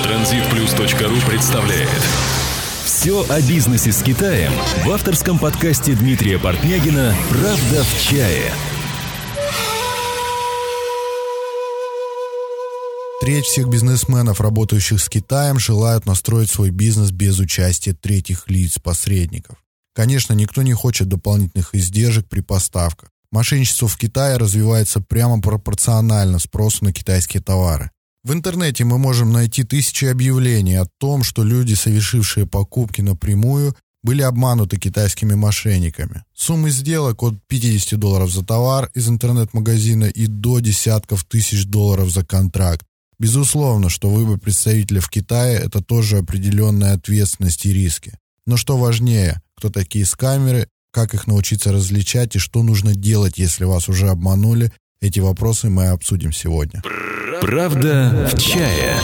Transitplus.ru представляет «Все о бизнесе с Китаем» в авторском подкасте Дмитрия Портнягина «Правда в чае». Треть всех бизнесменов, работающих с Китаем, желают настроить свой бизнес без участия третьих лиц, посредников. Конечно, никто не хочет дополнительных издержек при поставках. Мошенничество в Китае развивается прямо пропорционально спросу на китайские товары. В интернете мы можем найти тысячи объявлений о том, что люди, совершившие покупки напрямую, были обмануты китайскими мошенниками. Суммы сделок от $50 за товар из интернет-магазина и до десятков тысяч долларов за контракт. Безусловно, что выбор представителя в Китае – это тоже определенная ответственность и риски. Но что важнее, кто такие скамеры, как их научиться различать и что нужно делать, если вас уже обманули, эти вопросы мы обсудим сегодня. Правда в чае.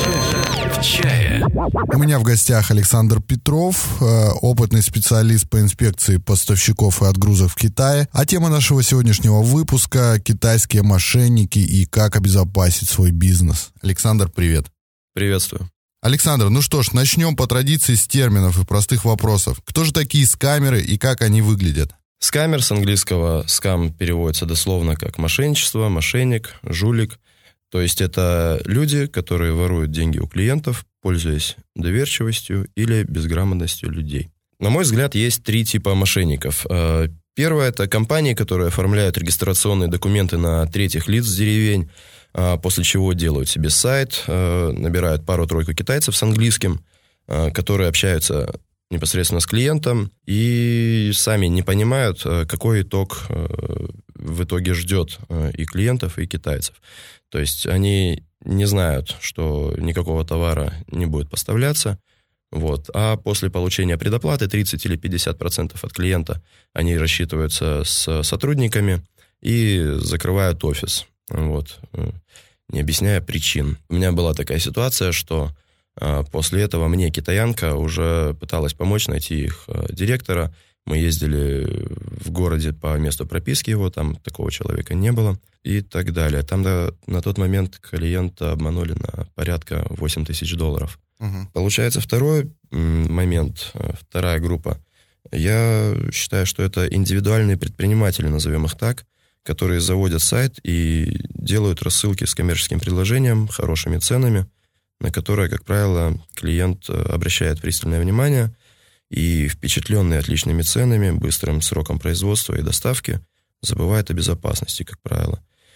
У меня в гостях Александр Петров, опытный специалист по инспекции поставщиков и отгрузок в Китае. А тема нашего сегодняшнего выпуска – китайские мошенники и как обезопасить свой бизнес. Александр, привет. Приветствую. Александр, ну что ж, начнем по традиции с терминов и простых вопросов. Кто же такие скамеры и как они выглядят? Скамер с английского «скам» переводится дословно как мошенничество, мошенник, жулик. То есть это люди, которые воруют деньги у клиентов, пользуясь доверчивостью или безграмотностью людей. На мой взгляд, есть три типа мошенников. Первое – это компании, которые оформляют регистрационные документы на третьих лиц с деревень, после чего делают себе сайт, набирают пару-тройку китайцев с английским, которые общаются непосредственно с клиентом и сами не понимают, какой итог в итоге ждет и клиентов, и китайцев. То есть они не знают, что никакого товара не будет поставляться, а после получения предоплаты 30 или 50% от клиента они рассчитываются с сотрудниками и закрывают офис, не объясняя причин. У меня была такая ситуация, что после этого мне китаянка уже пыталась помочь найти их директора. Мы ездили в городе по месту прописки его, там такого человека не было и так далее. Там на тот момент клиента обманули на порядка $8000. Получается, второй момент, вторая группа. Я считаю, что это индивидуальные предприниматели, назовем их так, которые заводят сайт и делают рассылки с коммерческим предложением, хорошими ценами, на которые, как правило, клиент обращает пристальное внимание и, впечатленный отличными ценами, быстрым сроком производства и доставки, забывает о безопасности, как правило.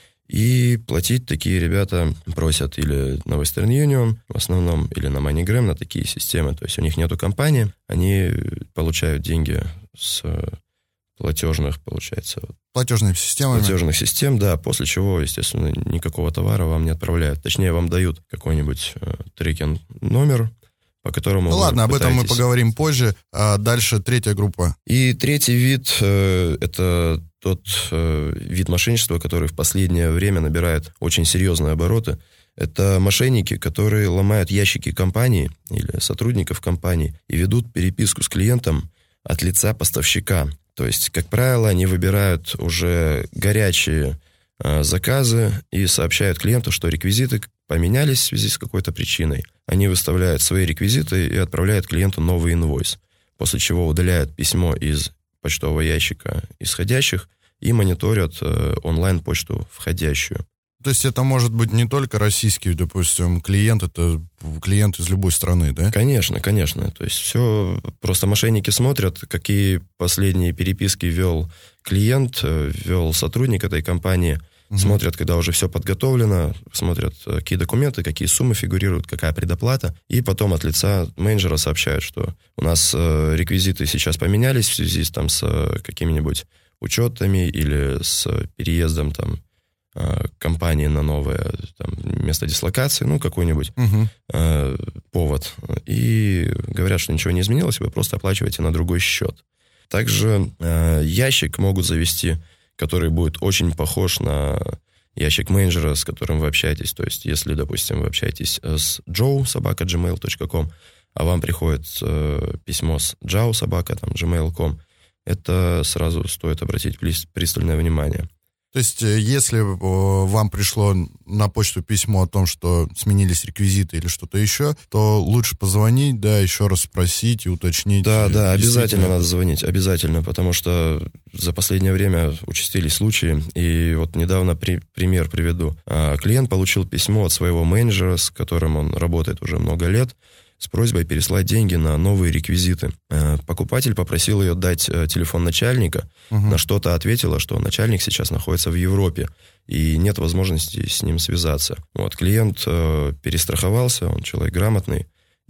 И платить такие ребята просят или на Western Union, в основном, или на MoneyGram, на такие системы. То есть у них нету компании, они получают деньги с платежных, получается. Платежных систем, да, после чего, естественно, никакого товара вам не отправляют. Точнее, вам дают какой-нибудь трекинг-номер, по которому ладно, об этом мы поговорим позже. А дальше третья группа. И третий вид – это тот вид мошенничества, который в последнее время набирает очень серьезные обороты. Это мошенники, которые ломают ящики компании или сотрудников компании и ведут переписку с клиентом от лица поставщика. То есть, как правило, они выбирают уже горячие заказы и сообщают клиенту, что реквизиты поменялись в связи с какой-то причиной. Они выставляют свои реквизиты и отправляют клиенту новый инвойс, после чего удаляют письмо из почтового ящика исходящих и мониторят онлайн-почту входящую. То есть это может быть не только российский, допустим, клиент, это клиент из любой страны, да? Конечно. То есть все, просто мошенники смотрят, какие последние переписки вел клиент, вел сотрудник этой компании, смотрят, когда уже все подготовлено, смотрят, какие документы, какие суммы фигурируют, какая предоплата, и потом от лица менеджера сообщают, что у нас реквизиты сейчас поменялись в связи с какими-нибудь учетами или с переездом компании на новое место дислокации, какой-нибудь повод. И говорят, что ничего не изменилось, вы просто оплачиваете на другой счет. Также ящик могут завести, который будет очень похож на ящик менеджера, с которым вы общаетесь. То есть, если, допустим, вы общаетесь с joe@gmail.com, а вам приходит письмо с jao@gmail.com, это сразу стоит обратить пристальное внимание. То есть, если вам пришло на почту письмо о том, что сменились реквизиты или что-то еще, то лучше позвонить, да, еще раз спросить и уточнить. Да, обязательно надо звонить, обязательно, потому что за последнее время участились случаи, и вот недавно пример приведу. Клиент получил письмо от своего менеджера, с которым он работает уже много лет, с просьбой переслать деньги на новые реквизиты. Покупатель попросил ее дать телефон начальника, на что та ответила, что начальник сейчас находится в Европе, и нет возможности с ним связаться. Вот, клиент перестраховался, он человек грамотный,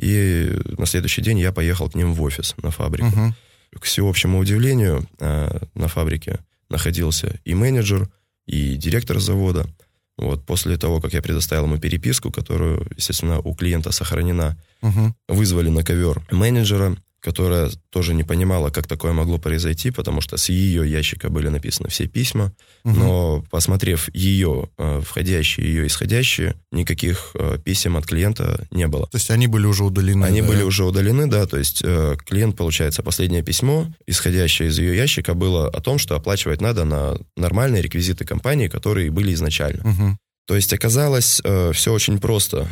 и на следующий день я поехал к ним в офис на фабрику. К всеобщему удивлению, на фабрике находился и менеджер, и директор завода. Вот, после того, как я предоставил ему переписку, которую, естественно, у клиента сохранена, вызвали на ковер менеджера, которая тоже не понимала, как такое могло произойти, потому что с ее ящика были написаны все письма, но, посмотрев ее входящие, ее исходящие, никаких писем от клиента не было. То есть они были уже удалены? Они были уже удалены, да, то есть клиент, получается, последнее письмо, исходящее из ее ящика, было о том, что оплачивать надо на нормальные реквизиты компании, которые были изначально. То есть оказалось все очень просто.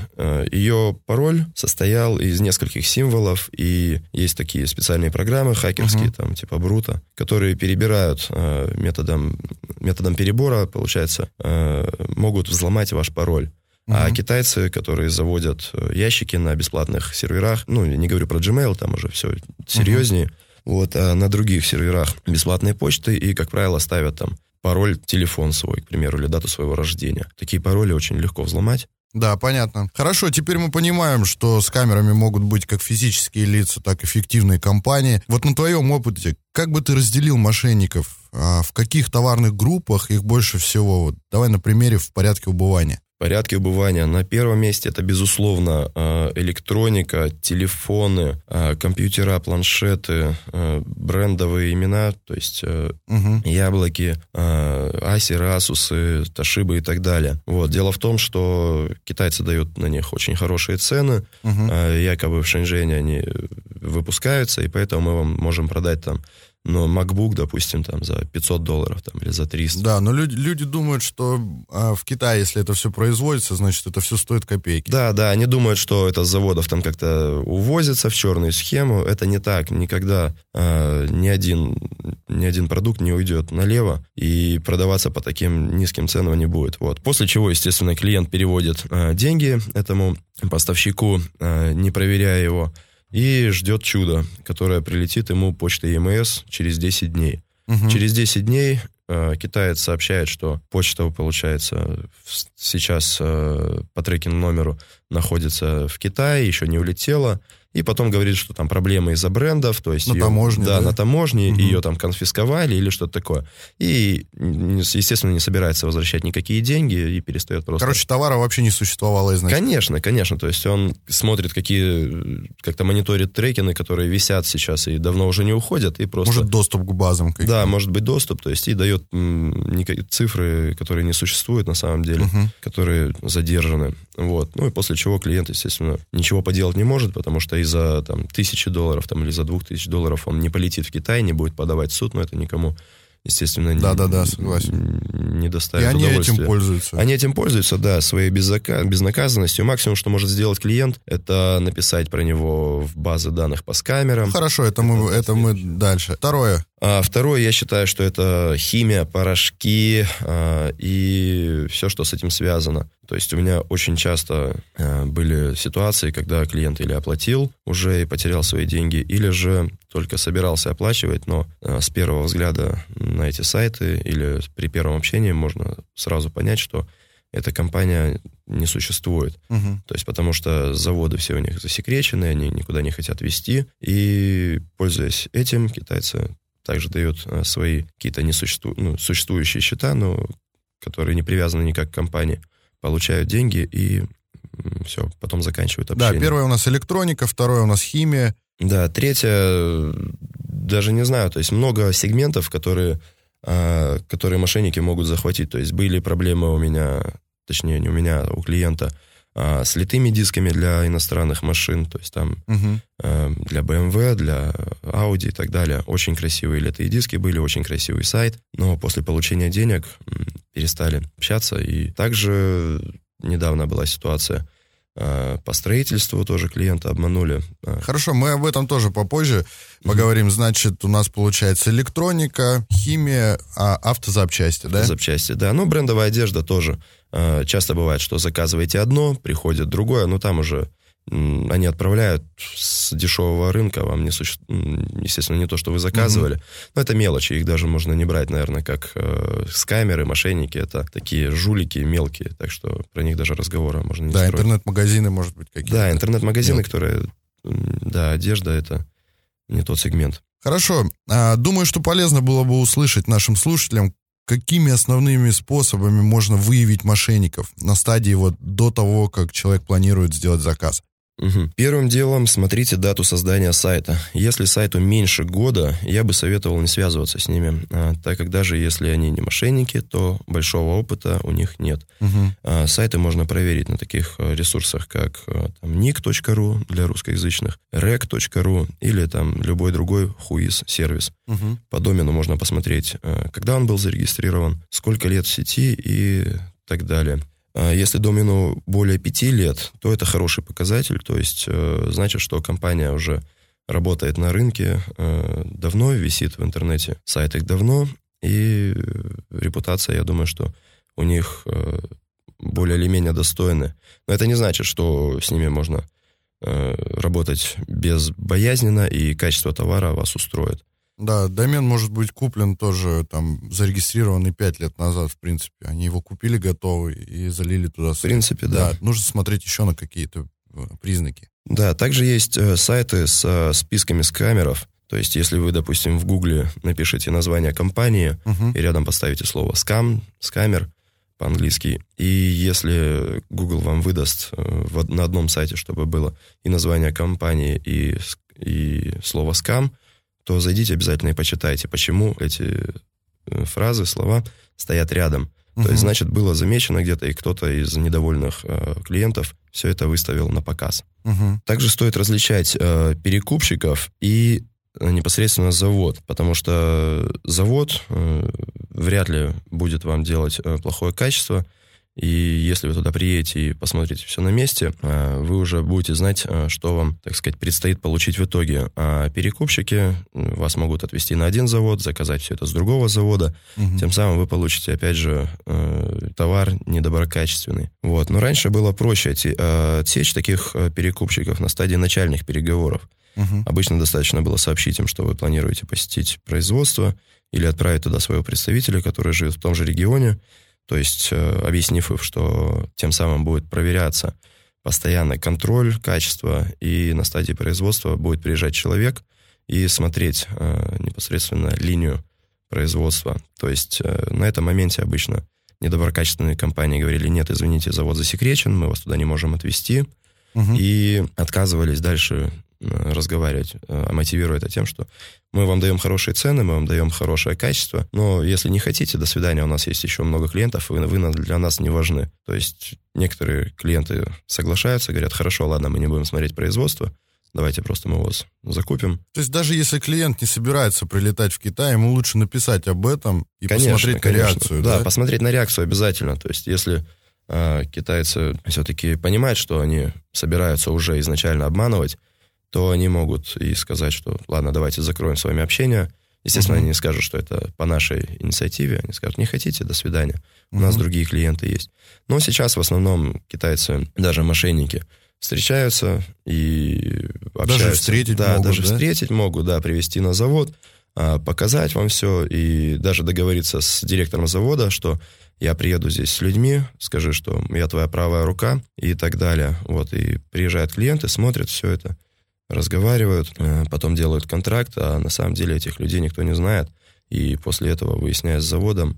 Ее пароль состоял из нескольких символов, и есть такие специальные программы хакерские, там типа Брута, которые перебирают методом перебора, получается, могут взломать ваш пароль. А китайцы, которые заводят ящики на бесплатных серверах, ну, не говорю про Gmail, там уже все серьезнее, вот, а на других серверах бесплатные почты, и, как правило, ставят там пароль, телефон свой, к примеру, или дату своего рождения. Такие пароли очень легко взломать. Да, понятно. Хорошо, теперь мы понимаем, что с камерами могут быть как физические лица, так и фиктивные компании. Вот на твоем опыте, как бы ты разделил мошенников? В каких товарных группах их больше всего? Вот давай на примере в порядке убывания. В порядке убывания. На первом месте это, безусловно, электроника, телефоны, компьютера, планшеты, брендовые имена, то есть яблоки, асеры, асусы, тошибы и так далее. Вот. Дело в том, что китайцы дают на них очень хорошие цены, якобы в Шэньчжэне они выпускаются, и поэтому мы вам можем продать там, но MacBook, допустим, там за $500 там, или за 300. Да, но люди думают, что в Китае, если это все производится, значит, это все стоит копейки. Да, они думают, что это с заводов там как-то увозится в черную схему. Это не так. Никогда ни один продукт не уйдет налево, и продаваться по таким низким ценам не будет. Вот. После чего, естественно, клиент переводит деньги этому поставщику, не проверяя его, и ждет чудо, которое прилетит ему почтой ЕМС через 10 дней. Через 10 дней китаец сообщает, что почта, получается, сейчас по трекинг номеру находится в Китае, еще не улетела, и потом говорит, что там проблемы из-за брендов, то есть на таможне, на таможне, ее там конфисковали или что-то такое. И, естественно, не собирается возвращать никакие деньги и перестает просто... Короче, товара вообще не существовало изначально. Конечно. То есть он смотрит, как-то мониторит трекины, которые висят сейчас и давно уже не уходят, и просто... Может, доступ к базам каким-то. Да, может быть, доступ, то есть и дает цифры, которые не существуют на самом деле, которые задержаны. Вот. Ну и после чего клиент, естественно, ничего поделать не может, потому что из-за там, $1000 там, или за $2000 он не полетит в Китай, не будет подавать в суд, но это никому, естественно, не доставит удовольствия. И они этим пользуются. Они этим пользуются, да, своей безнаказанностью. Максимум, что может сделать клиент, это написать про него в базы данных по скамерам. Хорошо, это мы дальше. Второе, я считаю, что это химия, порошки и все, что с этим связано. То есть у меня очень часто были ситуации, когда клиент или оплатил уже и потерял свои деньги, или же только собирался оплачивать, но с первого взгляда на эти сайты или при первом общении можно сразу понять, что эта компания не существует. То есть потому что заводы все у них засекречены, они никуда не хотят везти, и, пользуясь этим, китайцы также дают свои какие-то существующие счета, но которые не привязаны никак к компании, получают деньги и все, потом заканчивают общение. Да, первое у нас электроника, второе у нас химия. Да, третье, даже не знаю, то есть много сегментов, которые мошенники могут захватить. То есть были проблемы у меня, точнее не у меня, а у клиента, с литыми дисками для иностранных машин, то есть там для BMW, для Audi и так далее. Очень красивые литые диски были, очень красивый сайт, но после получения денег перестали общаться. И также недавно была ситуация по строительству, тоже клиента обманули. Хорошо, мы об этом тоже попозже поговорим. Значит, у нас получается электроника, химия, автозапчасти, да? Запчасти, да. Ну, брендовая одежда тоже. Часто бывает, что заказываете одно, приходит другое, но там уже они отправляют с дешевого рынка, вам естественно, не то, что вы заказывали. Но это мелочи, их даже можно не брать, наверное, как скамеры, мошенники. Это такие жулики мелкие, так что про них даже разговора можно не строить. Да, интернет-магазины, может быть, какие-то. Да, интернет-магазины, которые... Да, одежда — это не тот сегмент. Хорошо. Думаю, что полезно было бы услышать нашим слушателям, какими основными способами можно выявить мошенников на стадии вот до того, как человек планирует сделать заказ. Первым делом смотрите дату создания сайта. Если сайту меньше года, я бы советовал не связываться с ними, так как даже если они не мошенники, то большого опыта у них нет. Сайты можно проверить на таких ресурсах, как ник.ру для русскоязычных, rec.ru или там любой другой whois сервис. По домену можно посмотреть, когда он был зарегистрирован, сколько лет в сети и так далее. Если домену более 5 лет, то это хороший показатель, то есть значит, что компания уже работает на рынке давно, висит в интернете, сайт их давно, и репутация, я думаю, что у них более или менее достойная. Но это не значит, что с ними можно работать безбоязненно, и качество товара вас устроит. Да, домен может быть куплен тоже, там, зарегистрированный 5 лет назад, в принципе. Они его купили готовый и залили туда. В принципе, да. Нужно смотреть еще на какие-то признаки. Да, также есть сайты с списками скамеров. То есть, если вы, допустим, в Гугле напишите название компании и рядом поставите слово скамер по-английски, и если Google вам выдаст на одном сайте, чтобы было и название компании, и слово скам, то зайдите обязательно и почитайте, почему эти фразы, слова стоят рядом. То есть, значит, было замечено где-то, и кто-то из недовольных клиентов все это выставил на показ. Также стоит различать перекупщиков и непосредственно завод, потому что завод вряд ли будет вам делать плохое качество, и если вы туда приедете и посмотрите все на месте, вы уже будете знать, что вам, так сказать, предстоит получить в итоге. А перекупщики вас могут отвезти на один завод, заказать все это с другого завода. Тем самым вы получите, опять же, товар недоброкачественный. Вот. Но раньше было проще отсечь таких перекупщиков на стадии начальных переговоров. Обычно достаточно было сообщить им, что вы планируете посетить производство или отправить туда своего представителя, который живет в том же регионе. То есть, объяснив им, что тем самым будет проверяться постоянно контроль качества, и на стадии производства будет приезжать человек и смотреть непосредственно линию производства. То есть, на этом моменте обычно недоброкачественные компании говорили: нет, извините, завод засекречен, мы вас туда не можем отвезти, и отказывались дальше разговаривать, мотивируя это тем, что мы вам даем хорошие цены, мы вам даем хорошее качество, но если не хотите, до свидания, у нас есть еще много клиентов, и вы для нас не важны. То есть некоторые клиенты соглашаются, говорят: хорошо, ладно, мы не будем смотреть производство, давайте просто мы вас закупим. То есть даже если клиент не собирается прилетать в Китай, ему лучше написать об этом и посмотреть на реакцию. Да, посмотреть на реакцию обязательно. То есть если китайцы все-таки понимают, что они собираются уже изначально обманывать, то они могут и сказать, что ладно, давайте закроем с вами общение. Естественно, они не скажут, что это по нашей инициативе. Они скажут: не хотите, до свидания. У нас другие клиенты есть. Но сейчас в основном китайцы, даже мошенники, встречаются и общаются. Даже встретить могут, встретить могут, да, привезти на завод, показать вам все и даже договориться с директором завода, что я приеду здесь с людьми, скажи, что я твоя правая рука и так далее. Вот, и приезжают клиенты, смотрят все это, разговаривают, потом делают контракт, а на самом деле этих людей никто не знает. И после этого, выясняя с заводом,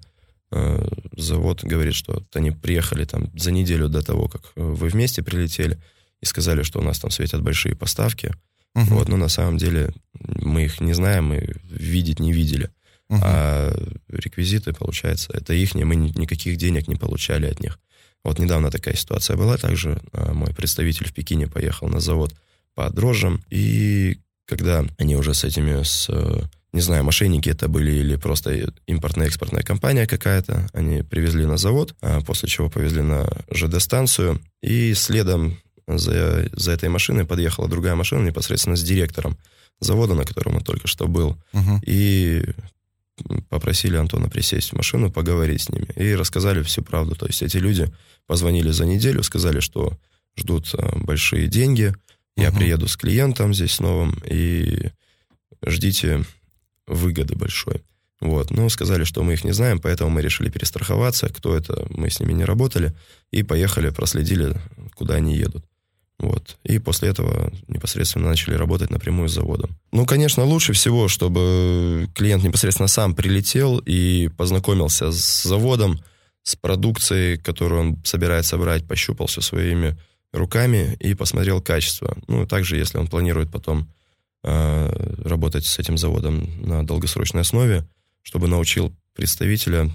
завод говорит, что они приехали там за неделю до того, как вы вместе прилетели, и сказали, что у нас там светят большие поставки. Вот, но на самом деле мы их не знаем, мы видеть не видели. А реквизиты, получается, это ихние, мы никаких денег не получали от них. Вот недавно такая ситуация была, также мой представитель в Пекине поехал на завод по дрожжам, и когда они уже с не знаю, мошенники это были или просто импортно-экспортная компания какая-то. Они привезли на завод, после чего повезли на ЖД-станцию. И следом за этой машиной подъехала другая машина непосредственно с директором завода, на котором он только что был. И попросили Антона присесть в машину, поговорить с ними. И рассказали всю правду. То есть эти люди позвонили за неделю, сказали, что ждут большие деньги. Я приеду с клиентом здесь новым, и ждите выгоды большой. Вот. Но сказали, что мы их не знаем, поэтому мы решили перестраховаться. Кто это, мы с ними не работали. И поехали, проследили, куда они едут. Вот. И после этого непосредственно начали работать напрямую с заводом. Ну, конечно, лучше всего, чтобы клиент непосредственно сам прилетел и познакомился с заводом, с продукцией, которую он собирается брать, пощупал все своими руками и посмотрел качество. Ну, также, если он планирует потом работать с этим заводом на долгосрочной основе, чтобы научил представителя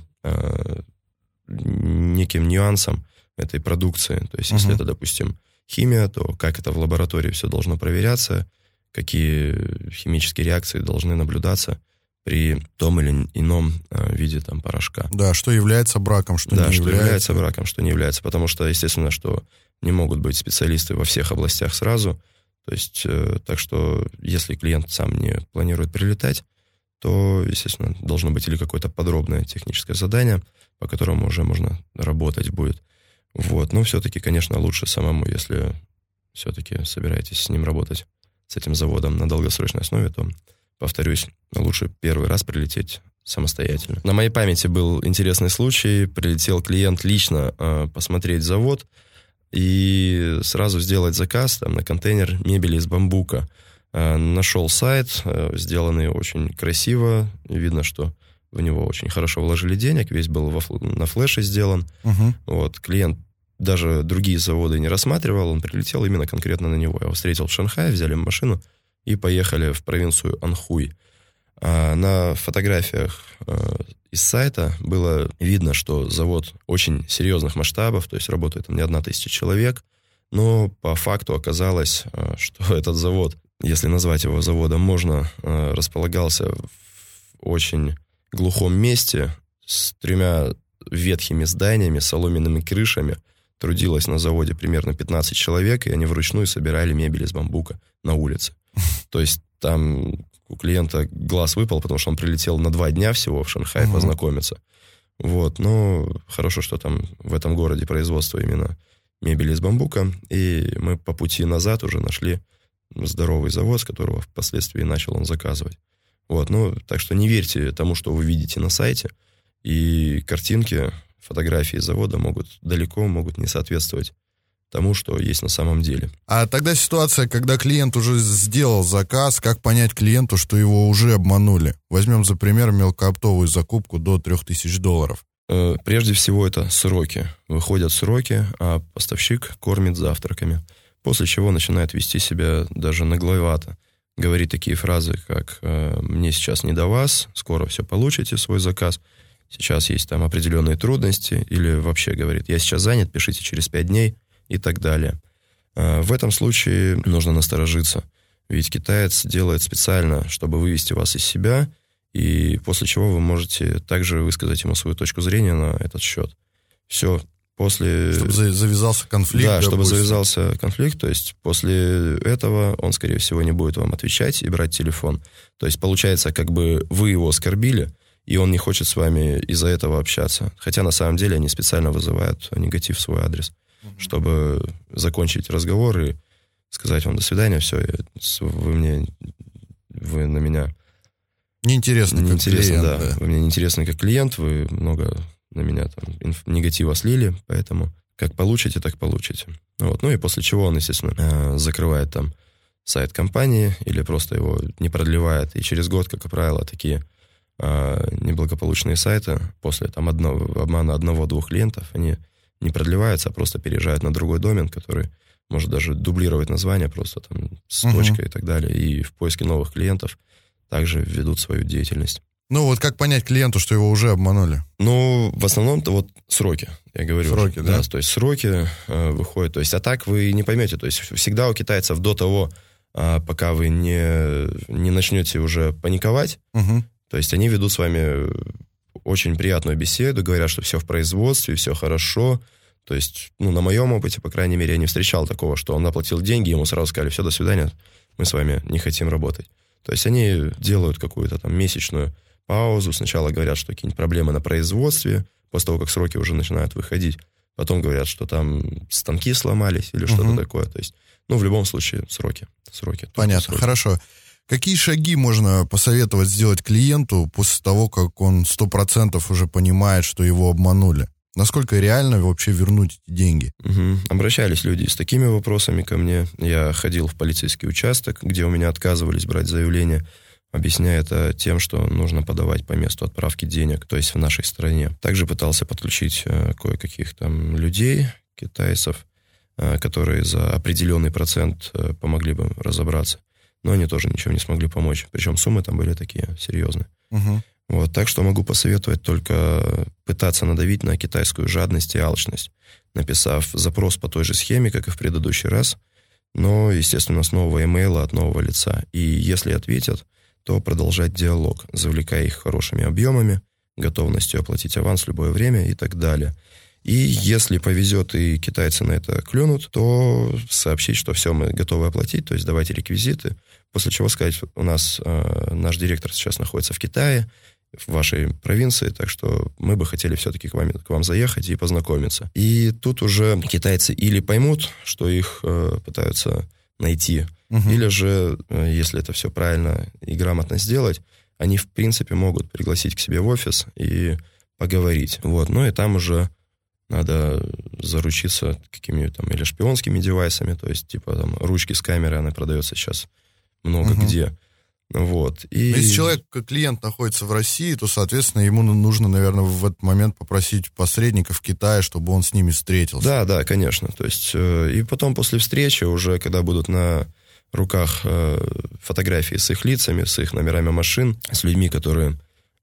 неким нюансам этой продукции. То есть, если это, допустим, химия, то как это в лаборатории все должно проверяться, какие химические реакции должны наблюдаться при том или ином виде там, порошка. Да, что является браком, что не является. Да, что является браком, что не является. Потому что, естественно, что не могут быть специалисты во всех областях сразу. То есть, так что, если клиент сам не планирует прилетать, то, естественно, должно быть или какое-то подробное техническое задание, по которому уже можно работать будет. Вот. Но все-таки, конечно, лучше самому, если все-таки собираетесь с ним работать, с этим заводом на долгосрочной основе, то, повторюсь, лучше первый раз прилететь самостоятельно. На моей памяти был интересный случай. Прилетел клиент лично посмотреть завод и сразу сделать заказ там, на контейнер мебели из бамбука. Нашел сайт, сделанный очень красиво. Видно, что в него очень хорошо вложили денег. Весь был на флеше сделан. Вот, клиент даже другие заводы не рассматривал. Он прилетел именно конкретно на него. Я его встретил в Шанхае, взяли машину и поехали в провинцию Анхуй. На фотографиях из сайта было видно, что завод очень серьезных масштабов, то есть работает там не 1000 человек, но по факту оказалось, что этот завод, если назвать его заводом можно, располагался в очень глухом месте с 3 ветхими зданиями, соломенными крышами. Трудилось на заводе примерно 15 человек, и они вручную собирали мебель из бамбука на улице. То есть там у клиента глаз выпал, потому что он прилетел на 2 дня всего в Шанхай познакомиться. Вот. Но хорошо, что там в этом городе производство именно мебели из бамбука. И мы по пути назад уже нашли здоровый завод, с которого впоследствии начал он заказывать. Вот. Ну, так что не верьте тому, что вы видите на сайте. И картинки, фотографии завода могут не соответствовать тому, что есть на самом деле. А тогда ситуация, когда клиент уже сделал заказ, как понять клиенту, что его уже обманули? Возьмем за пример мелкооптовую закупку до $3000. Прежде всего это сроки. Выходят сроки, а поставщик кормит завтраками. После чего начинает вести себя даже нагловато. Говорит такие фразы, как «мне сейчас не до вас, скоро все получите, свой заказ, сейчас есть там определенные трудности», или вообще говорит «я сейчас занят, пишите через 5 дней», и так далее. В этом случае нужно насторожиться, ведь китаец делает специально, чтобы вывести вас из себя, и после чего вы можете также высказать ему свою точку зрения на этот счет. Все. Чтобы завязался конфликт. Да, чтобы завязался конфликт, то есть после этого он, скорее всего, не будет вам отвечать и брать телефон. То есть получается, как бы вы его оскорбили, и он не хочет с вами из-за этого общаться. Хотя на самом деле они специально вызывают негатив в свой адрес, чтобы закончить разговор и сказать вам «до свидания», все, вы на меня... Неинтересны как клиент. Да. Вы мне неинтересны как клиент, вы много на меня там негатива слили, поэтому как получите, так получите. Вот. Ну и после чего он, естественно, закрывает там сайт компании или просто его не продлевает. И через год, как правило, такие неблагополучные сайты после там обмана 1-2 клиентов, они не продлеваются, а просто переезжают на другой домен, который может даже дублировать название просто там с точкой и так далее. И в поиске новых клиентов также ведут свою деятельность. Ну вот как понять клиенту, что его уже обманули? Ну, в основном-то вот сроки, я говорю. Сроки, да? То есть сроки выходят. То есть, а так вы не поймете. То есть всегда у китайцев до того, пока вы не начнете уже паниковать. То есть они ведут с вами очень приятную беседу, говорят, что все в производстве, все хорошо. То есть, на моем опыте, по крайней мере, я не встречал такого, что он оплатил деньги, ему сразу сказали: все, до свидания, мы с вами не хотим работать. То есть они делают какую-то там месячную паузу, сначала говорят, что какие-нибудь проблемы на производстве, после того, как сроки уже начинают выходить, потом говорят, что там станки сломались или что-то такое. То есть, в любом случае, сроки. Понятно, сроки. Хорошо. Какие шаги можно посоветовать сделать клиенту после того, как он 100% уже понимает, что его обманули? Насколько реально вообще вернуть эти деньги? Обращались люди с такими вопросами ко мне. Я ходил в полицейский участок, где у меня отказывались брать заявление, объясняя это тем, что нужно подавать по месту отправки денег, то есть в нашей стране. Также пытался подключить кое-каких там людей, китайцев, которые за определенный процент помогли бы разобраться. Но они тоже ничего не смогли помочь. Причем суммы там были такие серьезные. Так что могу посоветовать только пытаться надавить на китайскую жадность и алчность, написав запрос по той же схеме, как и в предыдущий раз, но, естественно, с нового имейла от нового лица. И если ответят, то продолжать диалог, завлекая их хорошими объемами, готовностью оплатить аванс в любое время и так далее. И если повезет и китайцы на это клюнут, то сообщить, что все, мы готовы оплатить, то есть давайте реквизиты, после чего сказать: у нас наш директор сейчас находится в Китае, в вашей провинции, так что мы бы хотели все-таки к вам заехать и познакомиться. И тут уже китайцы или поймут, что их пытаются найти, или же, если это все правильно и грамотно сделать, они, в принципе, могут пригласить к себе в офис и поговорить. Ну и там уже надо заручиться какими-нибудь там или шпионскими девайсами, то есть типа там ручки с камерой, она продается сейчас много где. И... Если человек, как клиент, находится в России, то, соответственно, ему нужно, наверное, в этот момент попросить посредника в Китае, чтобы он с ними встретился. Да, конечно. То есть, и потом после встречи, уже когда будут на руках фотографии с их лицами, с их номерами машин, с людьми, которые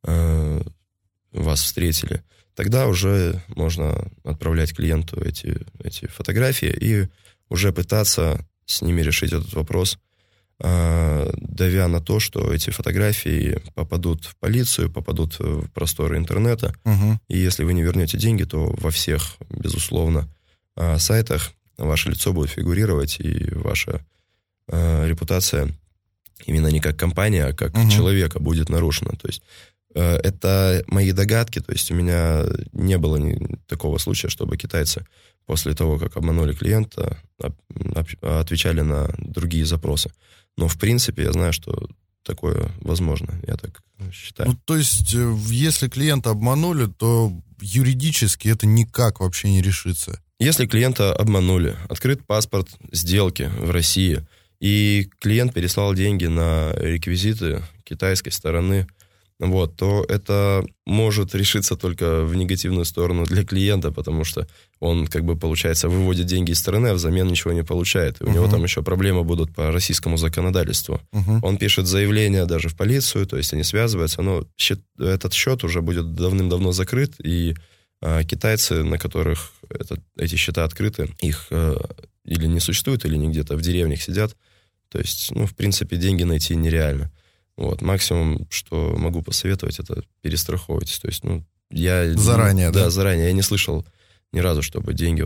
вас встретили, тогда уже можно отправлять клиенту эти фотографии и уже пытаться с ними решить этот вопрос, давя на то, что эти фотографии попадут в полицию, попадут в просторы интернета. И если вы не вернете деньги, то во всех, безусловно, сайтах ваше лицо будет фигурировать, и ваша репутация именно не как компания, а как человека будет нарушена. То есть это мои догадки, то есть у меня не было такого случая, чтобы китайцы после того, как обманули клиента, отвечали на другие запросы. Но, в принципе, я знаю, что такое возможно, я так считаю. То есть, если клиента обманули, то юридически это никак вообще не решится? Если клиента обманули, открыт паспорт сделки в России, и клиент переслал деньги на реквизиты китайской стороны, то это может решиться только в негативную сторону для клиента, потому что он, получается, выводит деньги из страны, а взамен ничего не получает. И у него там еще проблемы будут по российскому законодательству. Он пишет заявление даже в полицию, то есть они связываются, но этот счет уже будет давным-давно закрыт, и китайцы, на которых эти счета открыты, их или не существует, или они где-то в деревнях сидят. То есть, в принципе, деньги найти нереально. Максимум, что могу посоветовать, это перестраховывайтесь. То есть, я... Заранее, да? Да, заранее. Я не слышал ни разу, чтобы деньги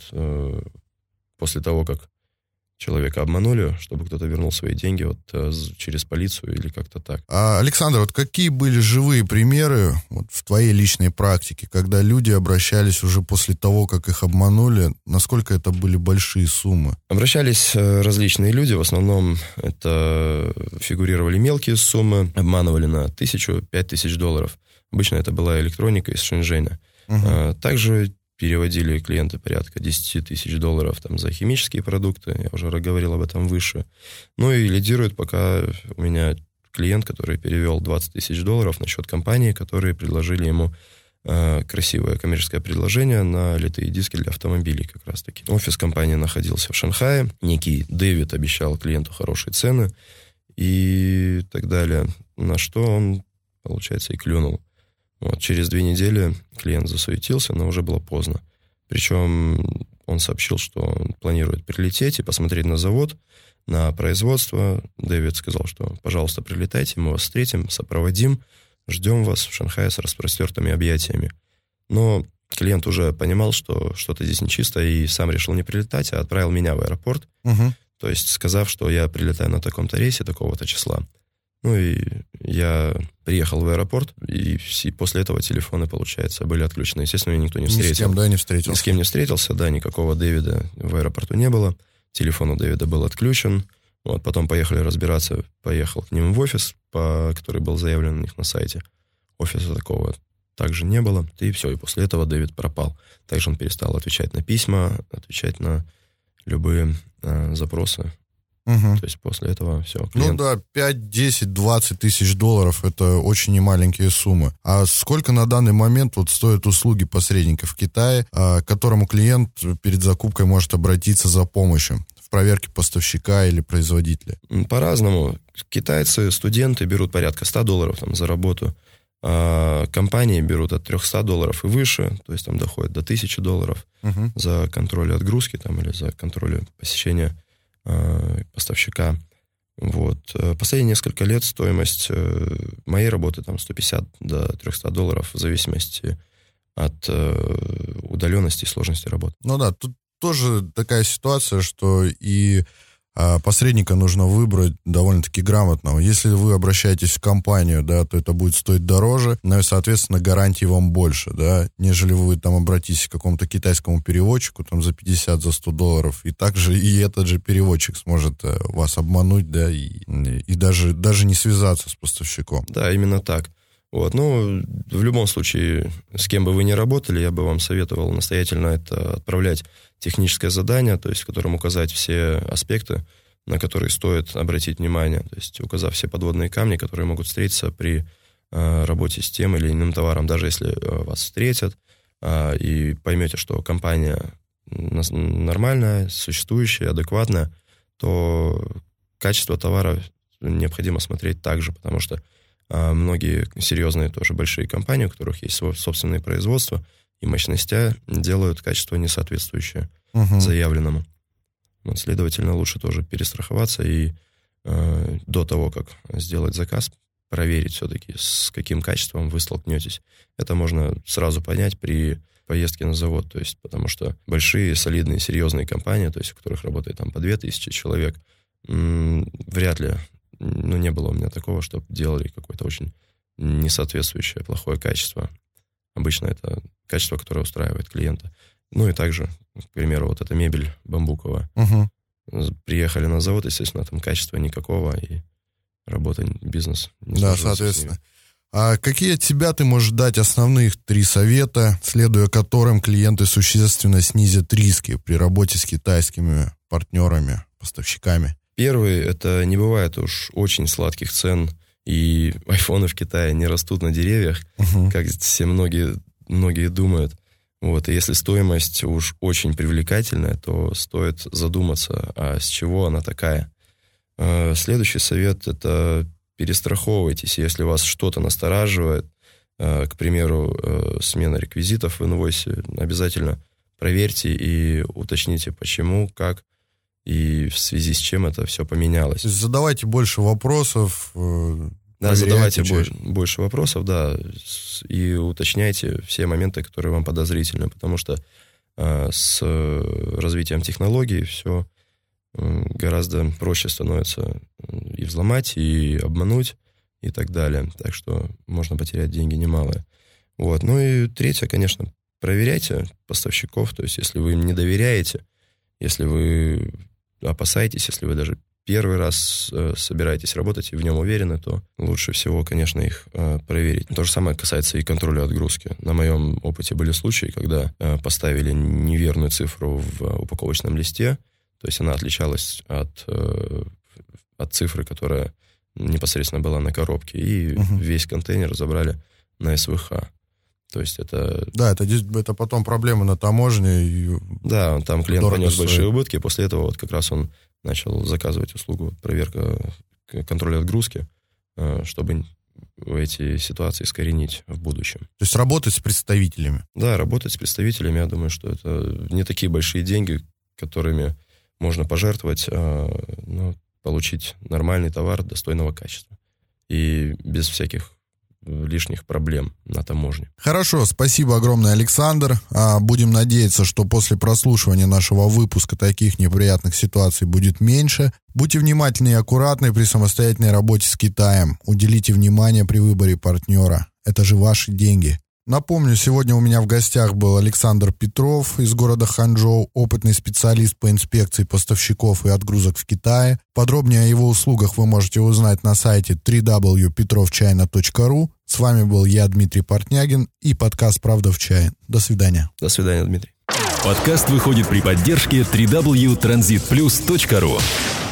после того, как человека обманули, чтобы кто-то вернул свои деньги через полицию или как-то так. Александр, какие были живые примеры в твоей личной практике, когда люди обращались уже после того, как их обманули, насколько это были большие суммы? Обращались различные люди, в основном это фигурировали мелкие суммы, обманывали на $1000-5000. Обычно это была электроника из Шэньчжэня. Также переводили клиенты порядка $10 000 там, за химические продукты, я уже говорил об этом выше. И лидирует пока у меня клиент, который перевел $20 000 на счет компании, которые предложили ему красивое коммерческое предложение на литые диски для автомобилей как раз-таки. Офис компании находился в Шанхае, некий Дэвид обещал клиенту хорошие цены и так далее, на что он, получается, и клюнул. Через 2 недели клиент засуетился, но уже было поздно. Причем он сообщил, что он планирует прилететь и посмотреть на завод, на производство. Дэвид сказал, что, пожалуйста, прилетайте, мы вас встретим, сопроводим, ждем вас в Шанхае с распростертыми объятиями. Но клиент уже понимал, что что-то здесь нечисто, и сам решил не прилетать, а отправил меня в аэропорт, то есть сказав, что я прилетаю на таком-то рейсе такого-то числа. Ну и я приехал в аэропорт, и после этого телефоны, получается, были отключены. Естественно, меня никто не встретил. Ни с кем, да, не встретился? Ни с кем не встретился, да, никакого Дэвида в аэропорту не было. Телефон у Дэвида был отключен. Вот, потом поехали разбираться, поехал к ним в офис, который был заявлен у них на сайте. Офиса такого также не было. И все, и после этого Дэвид пропал. Также он перестал отвечать на письма, отвечать на любые запросы. То есть после этого все. Ну да, 5, 10, 20 тысяч долларов — это очень немаленькие суммы. А сколько на данный момент вот стоят услуги посредника в Китае, к которому клиент перед закупкой может обратиться за помощью в проверке поставщика или производителя? По-разному. Китайцы, студенты берут порядка $100 там, за работу, а компании берут от $300 и выше, то есть там доходит до $1000 за контроль отгрузки там, или за контроль посещения поставщика. Вот. Последние несколько лет стоимость моей работы там $150 до $300 в зависимости от удаленности и сложности работы. Ну да, тут тоже такая ситуация, что и посредника нужно выбрать довольно-таки грамотного. Если вы обращаетесь в компанию, да, то это будет стоить дороже, но и, соответственно, гарантии вам больше, да, нежели вы там обратитесь к какому-то китайскому переводчику там за 50, за $100, и также и этот же переводчик сможет вас обмануть, да, и даже не связаться с поставщиком. Да, именно так. Вот. Ну, в любом случае, с кем бы вы ни работали, я бы вам советовал настоятельно это отправлять техническое задание, то есть в котором указать все аспекты, на которые стоит обратить внимание, то есть указав все подводные камни, которые могут встретиться при работе с тем или иным товаром. Даже если вас встретят и поймете, что компания нормальная, существующая, адекватная, то качество товара необходимо смотреть также, потому что многие серьезные тоже большие компании, у которых есть собственные производства и мощности, делают качество несоответствующее заявленному. Вот, следовательно, лучше тоже перестраховаться и до того, как сделать заказ, проверить все-таки, с каким качеством вы столкнетесь. Это можно сразу понять при поездке на завод, то есть, потому что большие, солидные, серьезные компании, то есть, у которых работает там по 2000 человек, вряд ли, не было у меня такого, чтобы делали какое-то очень несоответствующее, плохое качество. Обычно это качество, которое устраивает клиента. Ну и также, к примеру, вот эта мебель бамбуковая. Приехали на завод, естественно, там качества никакого, и работа, бизнес не да, соответственно. А какие от тебя ты можешь дать основных 3 совета, следуя которым клиенты существенно снизят риски при работе с китайскими партнерами, поставщиками? Первый, это не бывает уж очень сладких цен, и айфоны в Китае не растут на деревьях, как все многие думают. Вот, и если стоимость уж очень привлекательная, то стоит задуматься, а с чего она такая. Следующий совет – это перестраховывайтесь, если вас что-то настораживает, к примеру, смена реквизитов в инвойсе, обязательно проверьте и уточните, почему, как и в связи с чем это все поменялось. Задавайте больше вопросов. Да, задавайте больше вопросов, да, и уточняйте все моменты, которые вам подозрительны, потому что с развитием технологий все гораздо проще становится и взломать, и обмануть, и так далее. Так что можно потерять деньги немалые. Вот. Ну и третье, конечно, проверяйте поставщиков, то есть если вы им не доверяете, если вы опасаетесь, если вы даже первый раз собираетесь работать и в нем уверены, то лучше всего, конечно, их проверить. То же самое касается и контроля отгрузки. На моем опыте были случаи, когда поставили неверную цифру в упаковочном листе, то есть она отличалась от цифры, которая непосредственно была на коробке, и весь контейнер забрали на СВХ. То есть это... Да, это потом проблемы на таможне. Да, там клиент понес большие убытки, после этого вот как раз он начал заказывать услугу проверка контроля отгрузки, чтобы эти ситуации искоренить в будущем. То есть работать с представителями? Да, работать с представителями, я думаю, что это не такие большие деньги, которыми можно пожертвовать, но получить нормальный товар достойного качества и без всяких лишних проблем на таможне. Хорошо, спасибо огромное, Александр. Будем надеяться, что после прослушивания нашего выпуска таких неприятных ситуаций будет меньше. Будьте внимательны и аккуратны при самостоятельной работе с Китаем. Уделите внимание при выборе партнера. Это же ваши деньги. Напомню, сегодня у меня в гостях был Александр Петров из города Ханчжоу, опытный специалист по инспекции поставщиков и отгрузок в Китае. Подробнее о его услугах вы можете узнать на сайте www.petrovchina.ru. С вами был я, Дмитрий Портнягин, и подкаст «Правда в чае». До свидания. До свидания, Дмитрий. Подкаст выходит при поддержке www.transitplus.ru.